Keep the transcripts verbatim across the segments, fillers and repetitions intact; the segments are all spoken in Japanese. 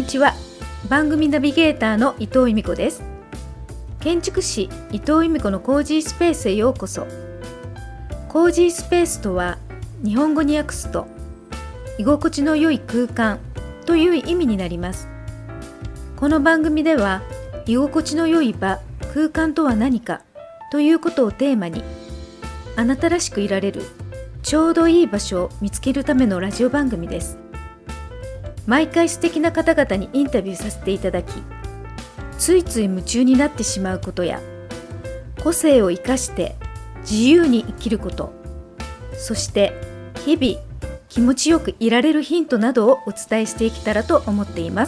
ちは。番組ナビゲーターの伊藤由美子です。建築士伊藤由美子のコージースペースへようこそ。コージースペースとは日本語に訳すと居心地の良い空間という意味になります。この番組では居心地の良い場、空間とは何かということをテーマに、あなたらしくいられるちょうどいい場所を見つけるためのラジオ番組です。毎回素敵な方々にインタビューさせていただき、ついつい夢中になってしまうことや、個性を生かして自由に生きること、そして日々気持ちよくいられるヒントなどをお伝えしていけたらと思っています。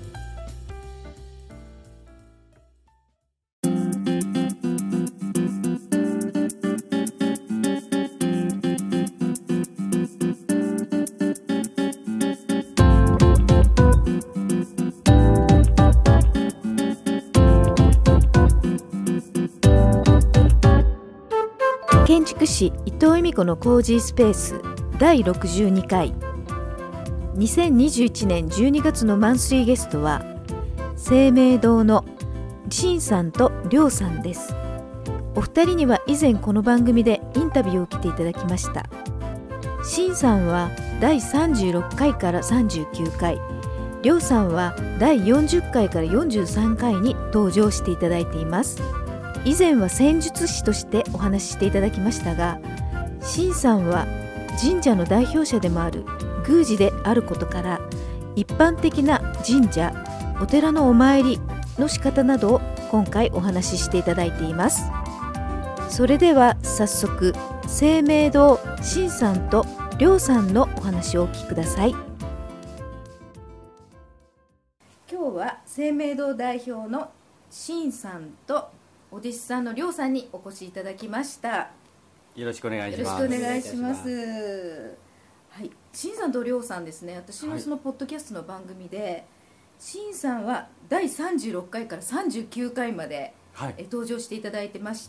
建築士伊藤由美子のコージースペースだいろくじゅうにかい、にせんにじゅういちねんじゅうにがつのマンスリーゲストは生命堂の陳さんと梁さんです。お二人には以前この番組でインタビューを受けていただきました。陳さんはだいさんじゅうろっかいからさんじゅうきゅうかい、梁さんはだいよんじゅっかいからよんじゅうさんかいに登場していただいています。以前は戦術師としてお話ししていただきましたが、陳さんは神社の代表者でもある宮司であることから、一般的な神社、お寺のお参りの仕方などを今回お話ししていただいています。それでは早速、生命堂陳さんと梁さんのお話をお聞きください。今日は生命堂代表の陳さんとお弟子さんの梁さんにお越しいただきました。 よろしくお願いします。 よろしくお願いします。はい、陳さんと梁さんですね。私のそのポッドキャストの番組で、陳、はい、さんはだいさんじゅうろっかいからさんじゅうきゅうかいまで、はい、え登場していただいてまして、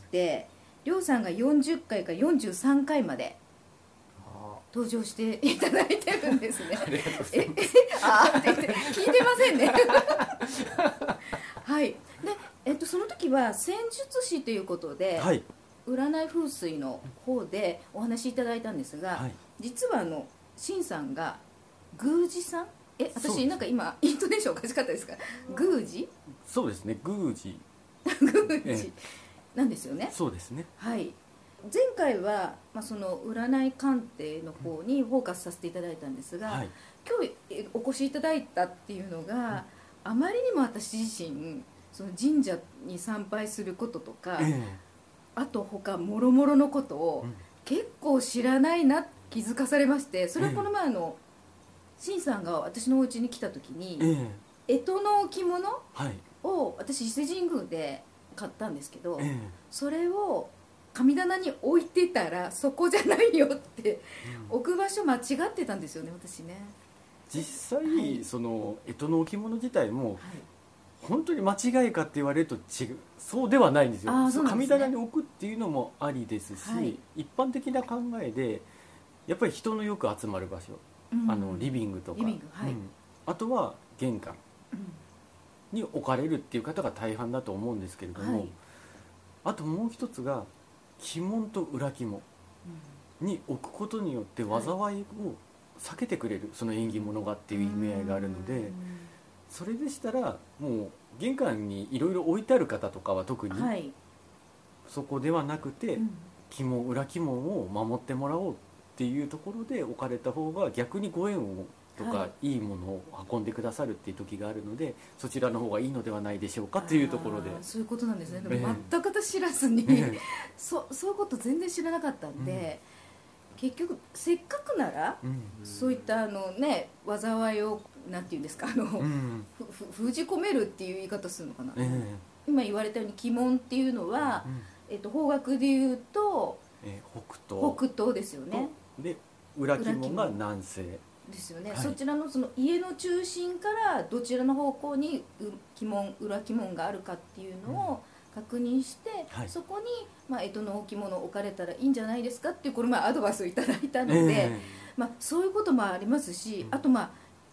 梁さんがよんじゅっかいからよんじゅうさんかいまで登場していただいてるんですね。 ありがとうございます。 ああって言って聞いてませんね。はい。で、えっとその時は戦術師ということで。はい、占い風水の方でお話しいただいたんですが、はい、実はあの陳さんが宮司さん、え私なんか今イントネーションおかしかったですか？宮司？ そうですね、宮司宮司なんですよね。 そうですね。 はい。前回は、まあ、その占い鑑定の方にフォーカスさせていただいたんですが、はい、今日お越しいただいたっていうのが、あまりにも私自身その神社に参拝することとか、えーあと他もろもろのことを結構知らないな気づかされまして、それはこの前の陳さんが私のお家に来た時に干支の置物を私伊勢神宮で買ったんですけど、それを神棚に置いてたらそこじゃないよって置く場所間違ってたんですよね、私ね。 実際その干支の置物自体も本当に間違いかって言われると違う、そうではないんですよ。そうなんですね。神棚に置くっていうのもありですし、はい、一般的な考えでやっぱり人のよく集まる場所、うん、あのリビングとか、リビング、はい、うん、あとは玄関に置かれるっていう方が大半だと思うんですけれども、はい、あともう一つが鬼門と裏鬼門に置くことによって災いを避けてくれる、その縁起物がっていう意味合いがあるので、うん、それでしたらもう玄関にいろいろ置いてある方とかは特に、はい、そこではなくて、うん、鬼門裏鬼門を守ってもらおうっていうところで置かれた方が逆にご縁をとか、はい、いいものを運んでくださるっていう時があるので、そちらの方がいいのではないでしょうかっていうところで。 そういうことなんですね。でも全く私知らずに、えー、そ, そういうこと全然知らなかったんで、うん、結局せっかくなら、うん、そういったあのね災いをなんていうんですか、あの、うん、ふ封じ込めるっていう言い方するのかな、えー、今言われたように鬼門っていうのは、うん、えっと、方角でいうと、えー、北東北東ですよね。 で裏鬼門が南西ですよね、はい、そちらのその家の中心からどちらの方向に鬼門裏鬼門があるかっていうのを確認して、うん、はい、そこに、まあ、干支の置物を置かれたらいいんじゃないですかっていうこれまあアドバイスをいただいたので、えーまあ、そういうこともありますし、あとまあ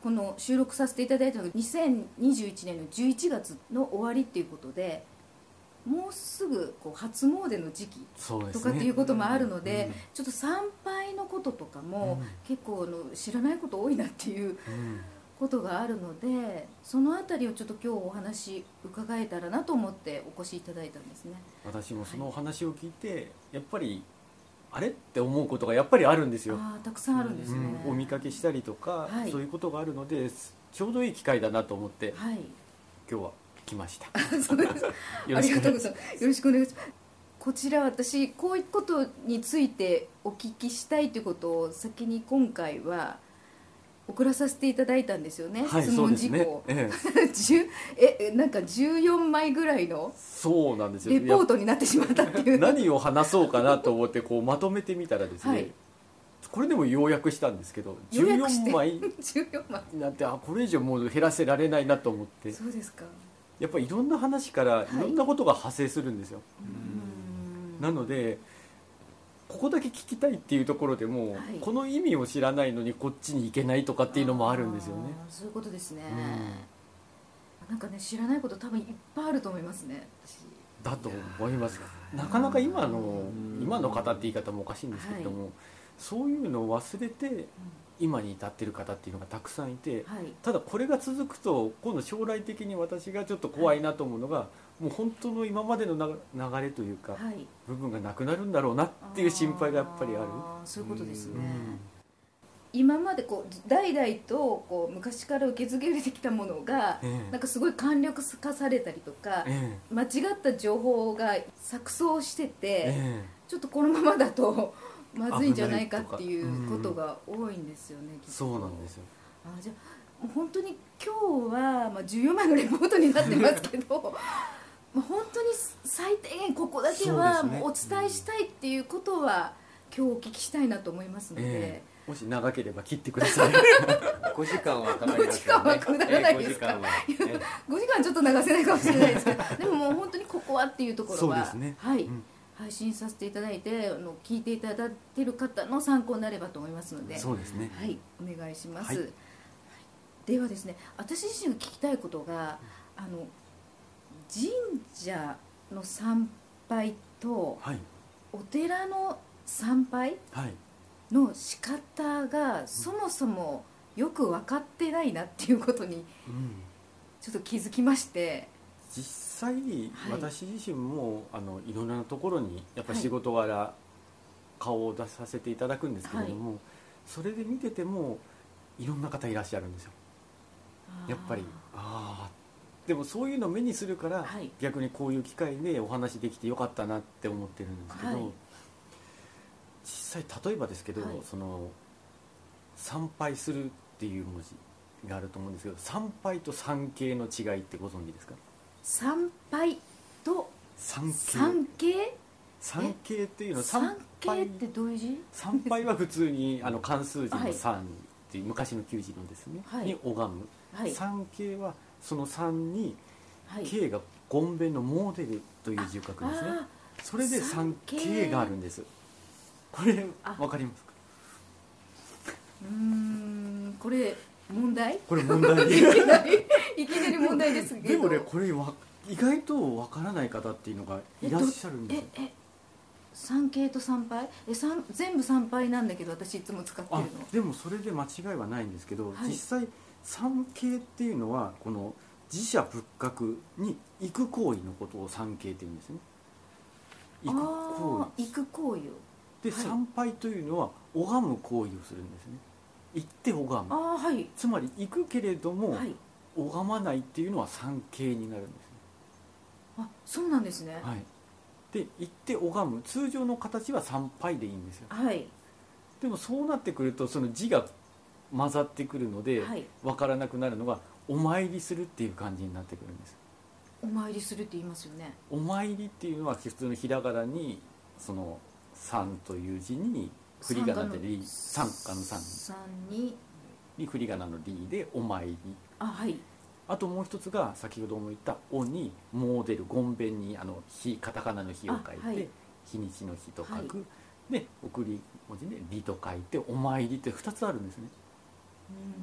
この収録させていただいたのがにせんにじゅういちねんのじゅういちがつの終わりっていうことで、もうすぐこう初詣の時期とかっていうこともあるので、で、ね、うん、ちょっと参拝のこととかも、うん、結構の知らないこと多いなっていうことがあるので、そのあたりをちょっと今日お話伺えたらなと思ってお越しいただいたんですね。 私もそのお話を聞いて、はい、やっぱりあれって思うことがやっぱりあるんですよ。 あ、たくさんあるんですね、 うん、お見かけしたりとか、はい、そういうことがあるのでちょうどいい機会だなと思って、はい、今日は来ました。 そうです。ありがとうございます。よろしくお願いします。こちら私こういうことについてお聞きしたいということを先に今回は送らさせていただいたんですよね、はい、質問事項、ね、ええ、なんかじゅうよんまいぐらいのそうなんですよ、 レポートになってしまったっていう何を話そうかなと思ってこうまとめてみたらですね、はい、これでも要約したんですけどじゅうよんまいになって、あ、これ以上もう減らせられないなと思って。 そうですか。 やっぱりいろんな話からいろんなことが派生するんですよ、はい、なのでここだけ聞きたいっていうところでも、はい、この意味を知らないのにこっちに行けないとかっていうのもあるんですよね。 そういうことですね、うん、なんかね知らないこと多分いっぱいあると思いますね、私。 だと思います。なかなか今の今の方って言い方もおかしいんですけれども、はい、そういうのを忘れて今に至っている方っていうのがたくさんいて、はい、ただこれが続くと今度将来的に私がちょっと怖いなと思うのが、はい、もう本当の今までの流れというか、はい、部分がなくなるんだろうなっていう心配がやっぱりある。 あ、そういうことですね、うん、今までこう代々とこう昔から受け継げてきたものが、ええ、なんかすごい簡略化されたりとか、ええ、間違った情報が錯綜してて、え、ちょっとこのままだとまずいんじゃないかっていうことが多いんですよね、 うん、そうなんですよ。 あ、じゃあ本当に今日は、まあ、じゅうよんまいのレポートになってますけどまあ本当に最低限ここだけはもうお伝えしたいっていうことは今日お聞きしたいなと思いますので、えー、もし長ければ切ってくださいごじかんはかかりますよね。 ごじかんはくだらないですか、えー、ごじかんは、えー、ごじかんちょっと流せないかもしれないですけどでももう本当にここはっていうところはそうですね、 はい、 うん、 配信させていただいて、あの聞いていただいている方の参考になればと思いますので、 そうですね、 はい、お願いします、 はい、 ではですね、私自身が聞きたいことが、あの神社の参拝と、はい、お寺の参拝の仕方がそもそもよく分かってないなっていうことにちょっと気づきまして、 実際、はい、私自身もあのいろんなところにやっぱ仕事柄顔を出させていただくんですけれども、はい、それで見ててもいろんな方いらっしゃるんですよ。やっぱりああでもそういうのを目にするから、はい、逆にこういう機会でお話できてよかったなって思ってるんですけど、はい、実際例えばですけど、はい、その参拝するっていう文字があると思うんですけど、参拝と参詣の違いってご存知ですか？ 参拝と参詣参詣参詣っていうのは参詣ってどういう字？ 参拝は普通にあの漢数字の三っていう昔の旧字のですね、はい、に拝む、はい、参詣はその三に詣がごんべんの詣でるという字を書くんですね。それで参詣があるんです。これわかりますか？ うーん、これ問題？ これ問題いきなりいきなり問題ですけど。 でもね、これは意外とわからない方っていうのがいらっしゃるんですよ。 ええ参詣と参拝え全部参拝なんだけど私いつも使ってるの。 でもそれで間違いはないんですけど、はい、実際参詣っていうのはこの寺社仏閣に行く行為のことを参詣って言うんですね。行く行為。 行く行為で、はい、参拝というのは拝む行為をするんですね。行って拝む。 あ、はい、 つまり行くけれども、はい、拝まないっていうのは参詣になるんですね。 あ、そうなんですね。 はい。で行って拝む通常の形は参拝でいいんですよ。 はい。 でもそうなってくるとその字が混ざってくるので、はい、分からなくなるのがお参りするっていう感じになってくるんです。 お参りするって言いますよね。 お参りっていうのは普通のひらがなにその三という字に振り仮名でり三かの三にに振り仮名のりでお参り。 あ、はい。 あともう一つが先ほども言った「お」に「も」でるごんべんにあの日カタカナの日を書いて、はい、日にちの日と書く、はい、で送り文字で「り」と書いてお参りってふたつあるんですね。 うん、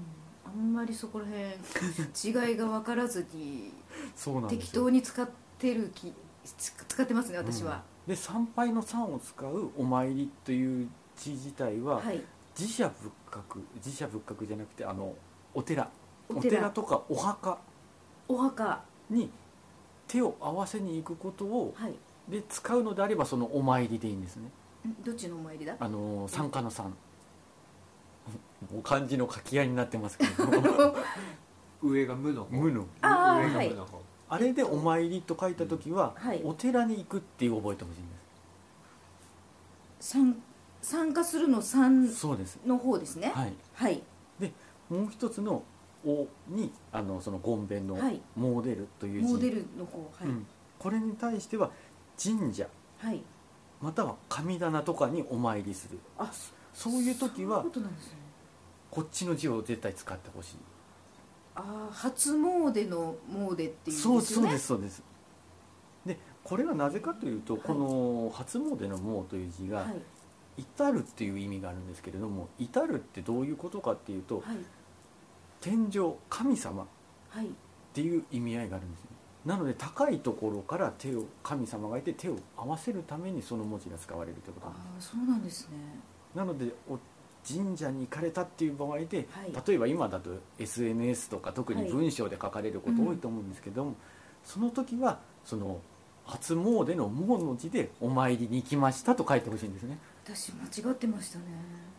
あんまりそこら辺違いが分からずにそうなんですよ適当に使ってるき使ってますね私は、 うん、で参拝の参を使うお参りという字自体は、 はい、 寺社仏閣寺社仏閣じゃなくてあのお寺お寺お寺とかお墓お墓に手を合わせに行くことを、 はい、 で使うのであればそのお参りでいいんですね。 どっちのお参りだ？ あの参加の参お漢字の書き合いになってますけど上が無の方無のあ上が無の方、はい、 あれでお参りと書いた時は、 うんはい、 お寺に行くっていう覚えてほしいんです。 参参加するの参そうですの方ですね。 はい、 はい、 でもう一つのおにあのそのごんべんのはいモーデルという字、 モデルの方、はいうん、これに対しては神社、 はい、 または神棚とかにお参りする。 あそういう時はそういうことなんですね。 こっちの字を絶対使ってほしい。 ああ初詣の詣っていうんですよね。 そうそうですそうです。でこれはなぜかというと、はい、この初詣の詣という字が、はい、至るっていう意味があるんですけれども、至るってどういうことかっていうと、はい、天上神様っていう意味合いがあるんですよ。なので高いところから手を神様がいて手を合わせるためにその文字が使われるということなんです。 ああそうなんですね。 なのでお神社に行かれたっていう場合で、 はい、 例えば今だと エスエヌエス とか特に文章で書かれること多いと思うんですけども、はいうん、その時はその初詣の詣の字でお参りに行きましたと書いてほしいんですね。 私間違ってましたね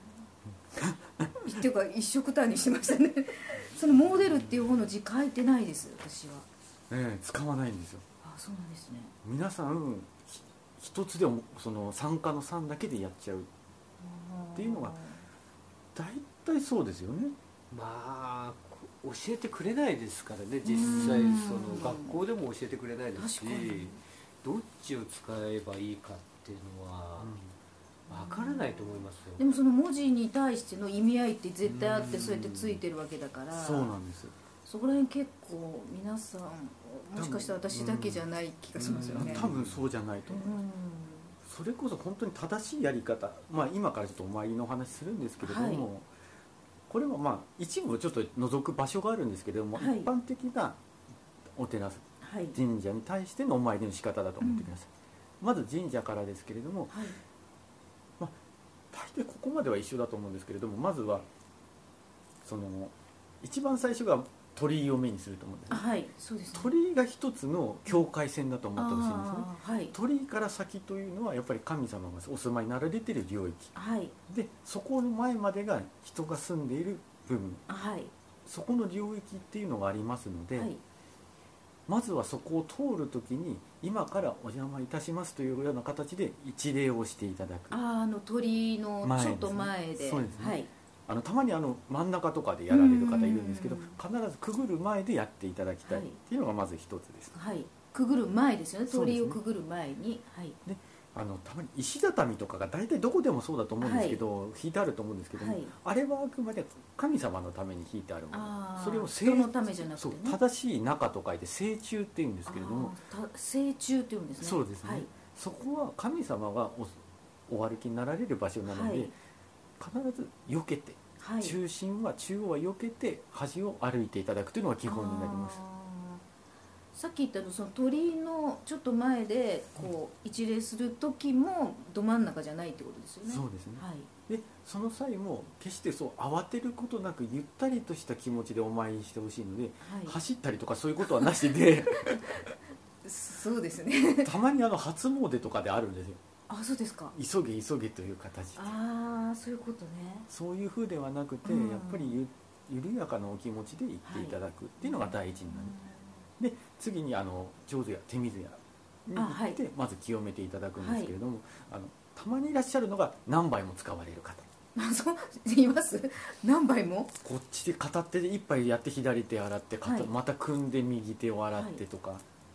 っていうか一緒くたにしてましたねそのモデルっていう方の字書いてないです私は、 ええ、使わないんですよ。 あそうなんですね。 皆さん一つでもその参加の参だけでやっちゃうっていうのが大体そうですよね。 まあ教えてくれないですからね実際。その学校でも教えてくれないですし、どっちを使えばいいかっていうのは分からないと思いますよ。 でもその文字に対しての意味合いって絶対あって、そうやってついてるわけだから。 そうなんです。 そこら辺結構皆さんもしかしたら私だけじゃない気がしますよね。 多分そうじゃないと思います。それこそ本当に正しいやり方、まあ、今からちょっとお参りのお話するんですけれども、はい、これはまあ一部ちょっと除く場所があるんですけれども、はい、一般的なお寺、はい、神社に対してのお参りの仕方だと思ってください、うん、まず神社からですけれども、はいまあ、大体ここまでは一緒だと思うんですけれども、まずはその一番最初が鳥居を目にすると思うんです、ねはいそうですね、 鳥居が一つの境界線だと思ってほしいんですね、 はい、 鳥居から先というのはやっぱり神様がお住まいになられている領域、 はい、 でそこの前までが人が住んでいる部分、 はい、 そこの領域っていうのがありますので、はい、まずはそこを通るときに今からお邪魔いたしますというような形で一礼をしていただく。 ああの鳥居のちょっと前で、 そうですね、 はいあのたまにあの真ん中とかでやられる方いるんですけど、必ずくぐる前でやっていただきたいっていうのがまず一つです、 はい、くぐる前ですよね。鳥居をくぐる前に、はい、 であのたまに石畳とかが大体どこでもそうだと思うんですけど、はい、引いてあると思うんですけども、はい、あれはあくまで神様のために引いてあるもの、それを人のためじゃなくて、ね、 そう正しい中と書いて正中っていうんですけれども、 正中っていうんですね。 そうですね、はい、そこは神様が お, お歩きになられる場所なので、はい、必ず避けて、はい、中心は中央は避けて端を歩いていただくというのが基本になります。 さっき言ったのその鳥居のちょっと前でこう一礼する時もど真ん中じゃないってことですよね。 そうですね、 はい、 でその際も決してそう慌てることなくゆったりとした気持ちでお参りしてほしいので、はい、走ったりとかそういうことはなしでそうですねたまにあの初詣とかであるんですよ。 あ、そうですか。 急げ急げという形で、 ああそういうことね。 そういうふうではなくて、うん、やっぱり ゆ, 緩やかなお気持ちで行っていただくっていうのが第一になる、はい、で次にあの上手や手水屋に行って、はい、まず清めていただくんですけれども、はい、あのたまにいらっしゃるのが何杯も使われる方。 あ、そう言います。何杯もこっちで片手で一杯やって左手洗って、はい、また組んで右手を洗ってとか、はい、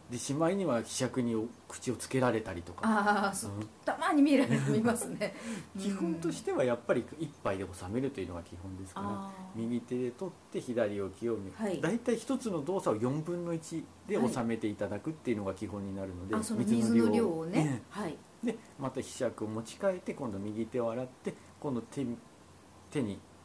でしまいにはひしゃくに口をつけられたりとか、 あ、そう、うん、たまに見られ見ますね基本としてはやっぱり一杯で収めるというのが基本ですから、右手で取って左を清め、はい、だいたい一つの動作をよんぶんのいちで収めていただくっていうのが基本になるので、 はい、その水の量をね、ね、はい、 でまたひしゃくを持ち替えて今度右手を洗って今度 手, 手に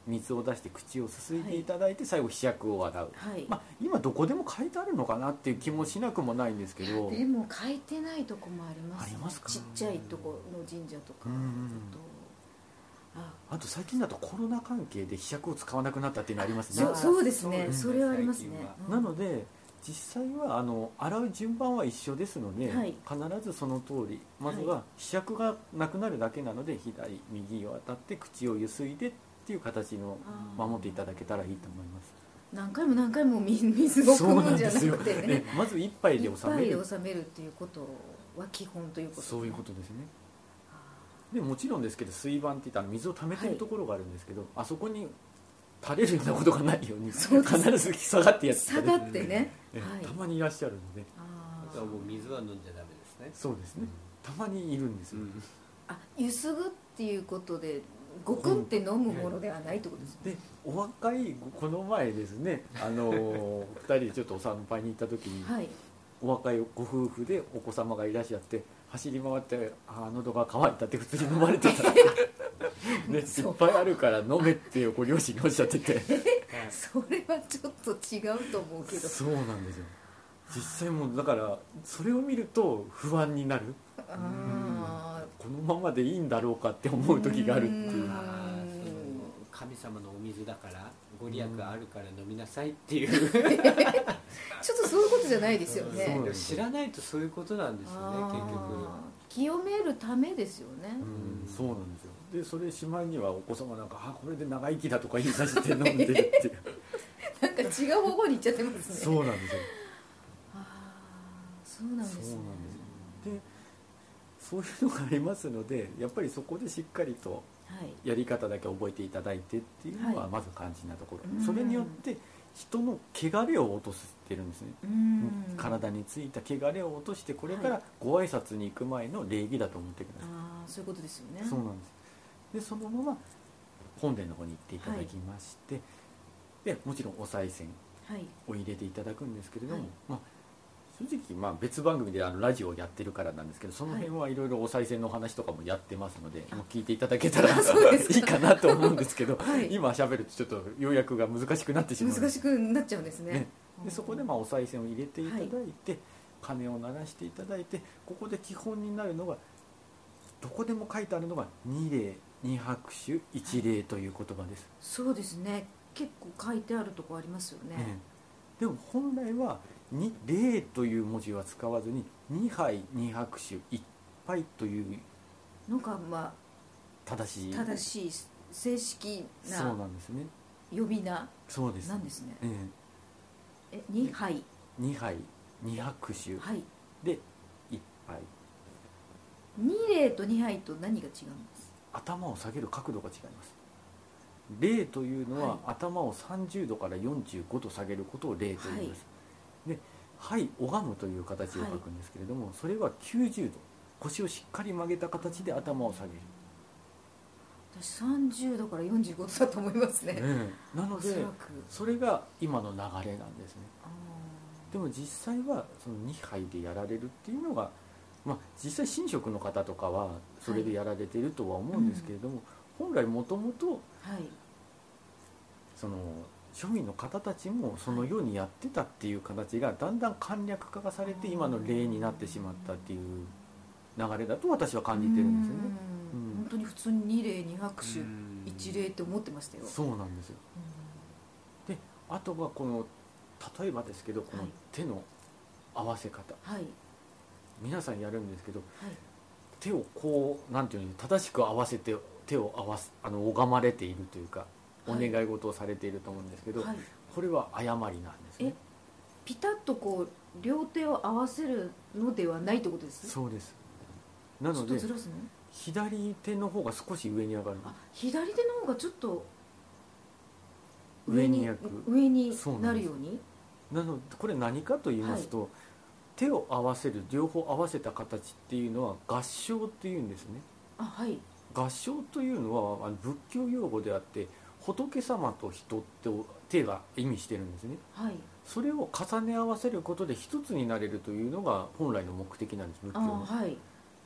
水を出して口をすすいでいただいて、はい、最後柄杓を洗う、 はい、 まあ、今どこでも書いてあるのかなっていう気もしなくもないんですけど、 でも書いてないとこもありますね。 ありますか。 ちっちゃいとこの神社とか、うんあ, あと最近だとコロナ関係で柄杓を使わなくなったっていうのありますね。 そう、そうですね、うん、それはありますね、 うん、なので実際はあの洗う順番は一緒ですので、はい、必ずその通りまずは柄杓がなくなるだけなので、左右を当たって口をゆすいでっていう形の守っていただけたらいいと思います。 何回も何回も水を汲むんじゃなくてね、ねまず一杯で収める一杯で収めるっていうことは基本ということですね。 そういうことですね。でもちろんですけど、水盤っていったら水を溜めてるところがあるんですけど、はい、あそこに垂れるようなことがないように必ず下がってやって下がってね、 はい、たまにいらっしゃるので、 あとはもう水は飲んじゃダメですね。 そうですね、うん、たまにいるんですよ、うん、 あ、ゆすぐっていうことでごくんって飲むものではないってことですね。 で、お若いこの前ですね、あのふたりでちょっとお散歩に行った時に、はい、お若いご夫婦でお子様がいらっしゃって走り回って「あ喉が渇いた」って普通に飲まれてたね、いっぱいあるから飲めってご両親がおっしゃっててそれはちょっと違うと思うけど。 そうなんですよ。実際もうだからそれを見ると不安になる。あ、このままでいいんだろうかって思う時があるっていう。 神様のお水だからご利益あるから飲みなさいっていうちょっとそういうことじゃないですよね。 知らないとそういうことなんですよね。結局清めるためですよね。 うん、そうなんですよ。でそれしまいにはお子様なんかあこれで長生きだとか言い出して飲んでるっていうなんか違う方向に行っちゃってますね。 そうなんですよ。 あ、そうなんですね。 そうなんですよ。でそういうのがありますので、やっぱりそこでしっかりとやり方だけ覚えていただいてっていうのはまず肝心なところ、はい、それによって人の汚れを落としてるんですね。体についた汚れを落として、これからご挨拶に行く前の礼儀だと思ってください。 あ、そういうことですよね。 そうなんです。でそのまま本殿の方に行っていただきまして、はい、でもちろんお賽銭を入れていただくんですけれども、はい、まあ正直まあ別番組であのラジオをやってるからなんですけど、その辺はいろいろお賽銭の話とかもやってますので、はい、もう聞いていただけたらいいかなと思うんですけど、はい、今しゃべるとちょっと要約が難しくなってしまう。 難しくなっちゃうんですね。 ね、でそこでまあお賽銭を入れていただいて、はい、鐘を鳴らしていただいて、ここで基本になるのがどこでも書いてあるのがに礼に拍手いち礼という言葉です。 そうですね、結構書いてあるとこありますよね。ね、 でも本来はに礼という文字は使わずにに杯に拍手いっぱいというのがまあ正しい正しい正式なそうなんですね。 呼び名そうですなんですね。 ええに杯に杯に拍手、はい、でいっぱい。 に礼とに杯と何が違うんです？ 頭を下げる角度が違います。礼というのは、はい、頭をさんじゅうどからよんじゅうごど下げることを礼と言います。はい、ではい拝むという形を書くんですけれども、はい、それはきゅうじゅうど、腰をしっかり曲げた形で頭を下げる。 私さんじゅうどからよんじゅうごどだと思いますね。 ね、なのでそれが今の流れなんですね。でも実際はそのに杯でやられるっていうのが、まあ、実際神職の方とかはそれでやられているとは思うんですけれども、はい、うん、本来もともとその庶民の方たちもそのようにやってたっていう形がだんだん簡略化がされて今の礼になってしまったっていう流れだと私は感じてるんですよね。 うん、本当に普通にに礼に拍手いち礼って思ってましたよ。 そうなんですよ。であとはこの例えばですけど、この手の合わせ方、はい、皆さんやるんですけど、はい、手をこうなんていうの正しく合わせて手を合わすあの拝まれているというか、お願い事をされていると思うんですけど、はい、これは誤りなんですね。 えピタッとこう両手を合わせるのではないってことです？ そうです。なので左手の方が少し上に上がる。 あ、左手の方がちょっと上に上になるように。 なのでこれ何かと言いますと、はい、手を合わせる両方合わせた形っていうのは合掌っていうんですね。 あ、はい。 合掌というのは仏教用語であって、仏様と人って手が意味してるんですね。はい。それを重ね合わせることで一つになれるというのが本来の目的なんです、仏教の。 あ、はい。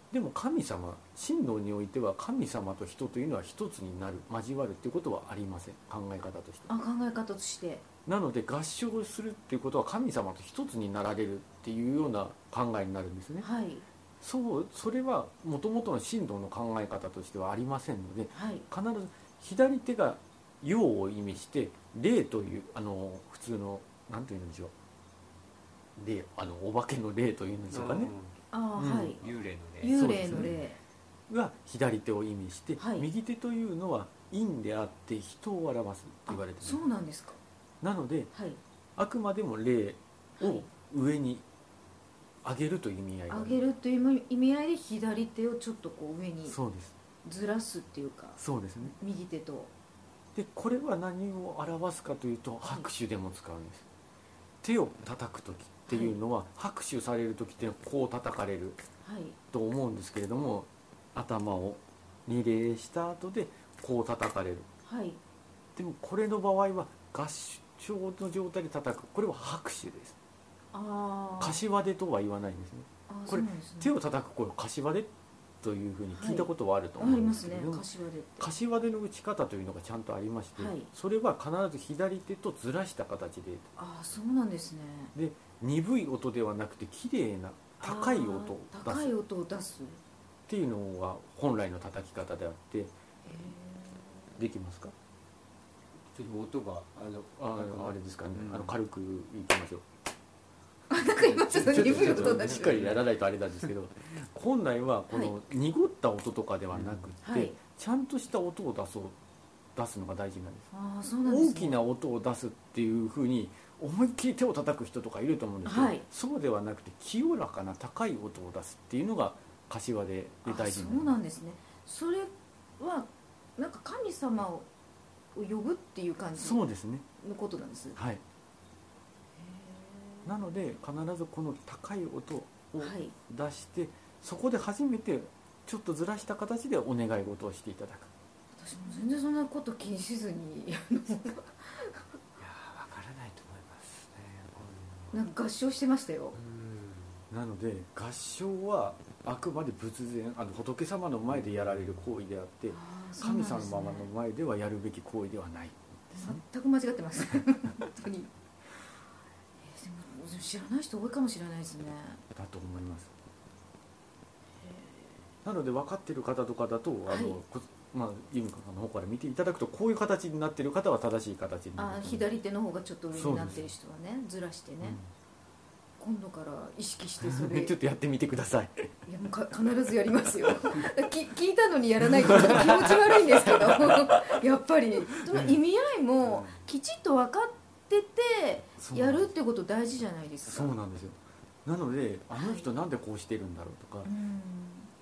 でも神様、神道においては神様と人というのは一つになる、交わるっていうことはありません、考え方として。 あ、考え方としてなので合唱をするっていうことは神様と一つになられるっていうような考えになるんですね。 はい、 そうそれはもともとの神道の考え方としてはありませんので、 はい、 必ず左手が陽を意味して霊という、あの普通の何て言うんでしょう、霊、あのお化けの霊というんでしょうかね、 あ、 うん、 はい、 幽霊の霊、 幽霊の霊が左手を意味して、 はい、 右手というのは陰であって人を表すって言われている。 そうなんですか。 なので、 はい、 あくまでも霊を上に上げるという意味合いがある。 上げるという意味合いで左手をちょっとこう上にそうです、 ずらすっていうか、 そうですね。 右手と。 でこれは何を表すかというと、拍手でも使うんです。手を叩く時っていうのは、はい、拍手される時ってこう叩かれると思うんですけれども、はい、頭を二礼した後でこう叩かれる、はい、でもこれの場合は合唱の状態で叩く、これは拍手です。あ、柏手とは言わないんですね。これ、ね、手を叩く声を柏手というふうに聞いたことはあると思うんですけれども、柏手の打ち方というのがちゃんとありまして、はい、それは必ず左手とずらした形で。 あ、そうなんですね。 で鈍い音ではなくて綺麗な高い音を出す、 高い音を出すっていうのが本来の叩き方であって、できますか？ ちょっと音があのあ, あれですかね、うん、あの軽くいきましょう。 なんか今ちょっと鈍い音だしっかりやらないとあれなんですけど本来はこの濁った音とかではなくて、はい、ちゃんとした音を出そう出すのが大事なんです。 あ、そうなんですね。 大きな音を出すっていうふうに思いっきり手を叩く人とかいると思うんですけど、はい、そうではなくて清らかな高い音を出すっていうのが柏で大事なんです。 そうなんですね。それはなんか神様を呼ぶっていう感じのことなんです。 はい。なので必ずこの高い音を出して、はい、そこで初めてちょっとずらした形でお願い事をしていただく。 私も全然そんなこと気にしずにいや分からないと思いますね。 なんか合唱してましたよ。 うん、なので合唱はあくまで仏前、あの仏様の前でやられる行為であって、神様の前ではやるべき行為ではないですね。 全く間違ってます本当に。知らない人多いかもしれないですね。 だと思います。なので分かっている方とかだと、あの、はい、まあ、ユミカさんの方から見ていただくと、こういう形になっている方は正しい形になっている。 あ、左手の方がちょっと上になっている人はね、ずらしてね、うん、今度から意識してそれちょっとやってみてください。 いやもうか必ずやりますよき聞いたのにやらないと気持ち悪いんですけどやっぱりその意味合いもきちっと分かっててやるってこと大事じゃないですか。 そうなんですよ。なのであの人なんでこうしてるんだろうとか、はい、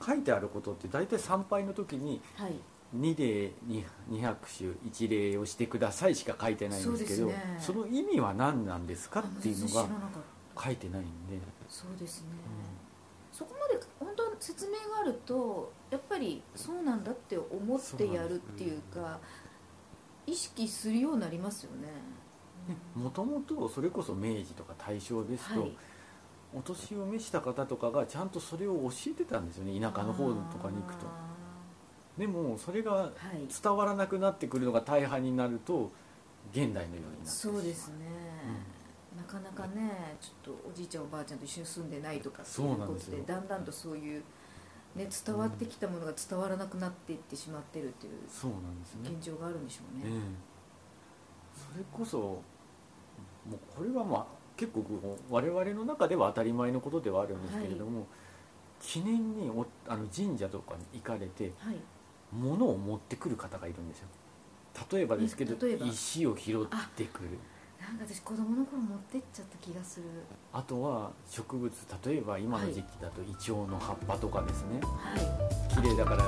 書いてあることって大体参拝の時に、はい、に礼に拍手いち礼をしてくださいしか書いてないんですけど、 そ,、ね、その意味は何なんですかっていうのが書いてないんで。 そうですね、うん、そこまで本当説明があるとやっぱりそうなんだって思ってやるっていうか、意識するようになりますよね。 もともとそれこそ明治とか大正ですと、はい、お年を召した方とかがちゃんとそれを教えてたんですよね、田舎の方とかに行くと。でもそれが伝わらなくなってくるのが大半になると現代のようになってしまう。 そうですね、うん、なかなかねちょっとおじいちゃんおばあちゃんと一緒に住んでないとかっていうことでだんだんとそういう、ね、伝わってきたものが伝わらなくなっていってしまってるっていう現状があるんでしょうね。 ええ、それこそもうこれはまあ結構我々の中では当たり前のことではあるんですけれども、はい、記念におあの神社とかに行かれて、はい、物を持ってくる方がいるんですよ。例えばですけど石を拾ってくる。 なんか私子供の頃持ってっちゃった気がする。 あとは植物、例えば今の時期だとイチョウの葉っぱとかですね、はい、綺麗だから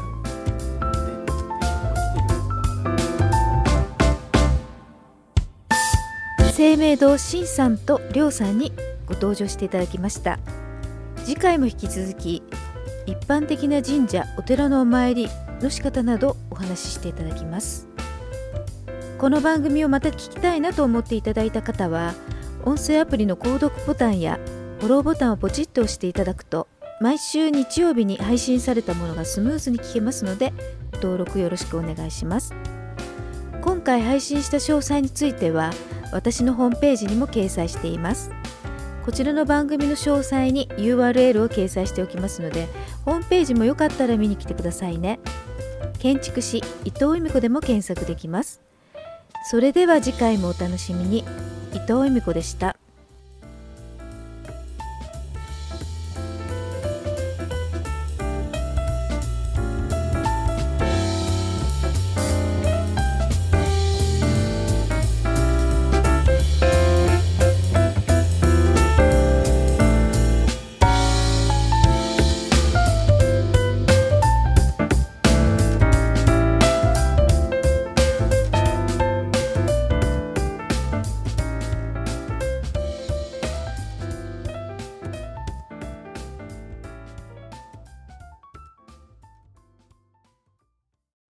清明堂新さんと梁さんにご登場していただきました。次回も引き続き一般的な神社お寺のお参りの仕方などお話ししていただきます。この番組をまた聞きたいなと思っていただいた方は音声アプリの購読ボタンやフォローボタンをポチッと押していただくと毎週日曜日に配信されたものがスムーズに聞けますので、登録よろしくお願いします。今回配信した詳細については私のホームページにも掲載しています。こちらの番組の詳細に ユーアールエル を掲載しておきますので、ホームページもよかったら見に来てくださいね。建築士伊藤由美子でも検索できます。それでは次回もお楽しみに。伊藤由美子でした。